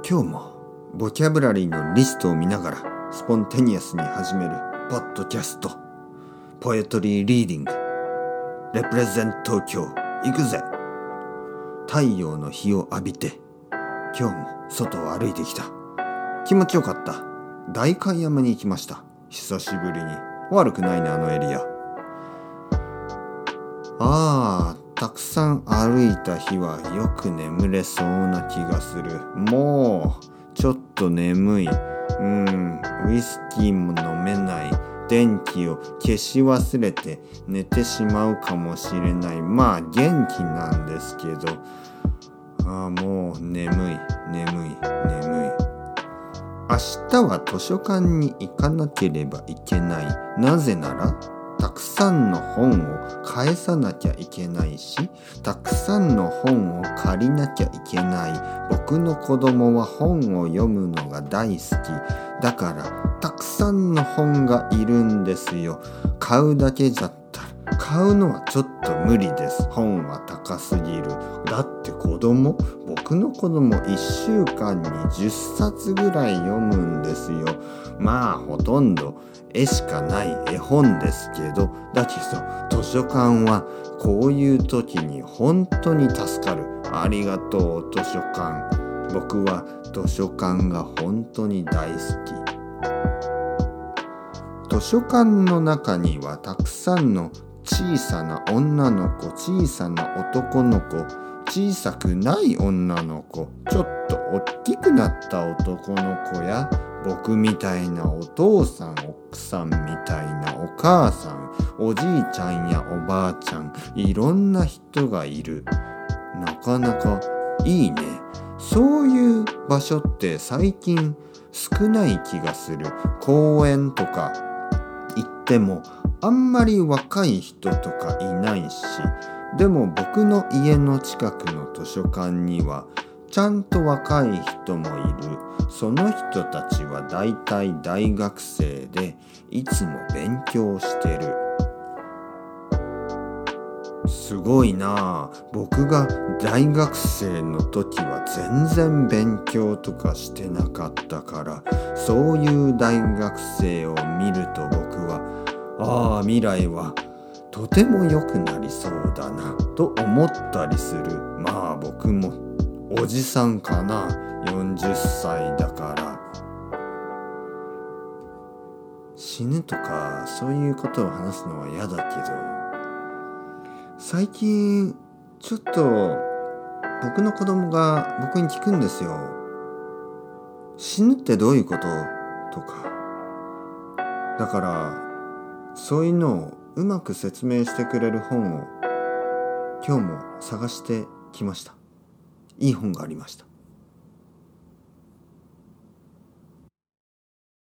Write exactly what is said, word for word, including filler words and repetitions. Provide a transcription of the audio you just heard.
今日もボキャブラリーのリストを見ながらスポンテニアスに始めるポッドキャスト、ポエトリーリーディング。レプレゼン東京行くぜ。太陽の日を浴びて今日も外を歩いてきた。気持ちよかった。代官山に行きました。久しぶりに。悪くないね、あのエリア。ああ、たくさん歩いた日はよく眠れそうな気がする。もうちょっと眠い。うんウイスキーも飲めない。電気を消し忘れて寝てしまうかもしれない。まあ元気なんですけど、ああもう眠い眠い眠い。明日は図書館に行かなければいけない。なぜならたくさんの本を返さなきゃいけないし、たくさんの本を借りなきゃいけない。僕の子供は本を読むのが大好き。だからたくさんの本がいるんですよ。買うだけじゃったら買うのはちょっと無理です。本は高すぎる。だって子供僕の子供いっしゅうかんにじゅっさつぐらい読むんですよ。まあほとんど絵しかない絵本ですけど、だけど図書館はこういう時に本当に助かる。ありがとう図書館。僕は図書館が本当に大好き。図書館の中にはたくさんの小さな女の子、小さな男の子、小さくない女の子、ちょっと大きくなった男の子や、僕みたいなお父さん、奥さんみたいなお母さん、おじいちゃんやおばあちゃん、いろんな人がいる。なかなかいいね。そういう場所って最近少ない気がする。公園とか行ってもあんまり若い人とかいないし、でも僕の家の近くの図書館にはちゃんと若い人もいる。その人たちはだいたい大学生でいつも勉強してる。すごいなあ。僕が大学生の時は全然勉強とかしてなかったから、そういう大学生を見ると僕は、ああ未来はとても良くなりそうだなと思ったりする。まあ僕もおじさんかな。よんじゅっさいだから。死ぬとかそういうことを話すのは嫌だけど、最近ちょっと僕の子供が僕に聞くんですよ。死ぬってどういうこととか。だからそういうのをうまく説明してくれる本を今日も探してきました。いい本がありました。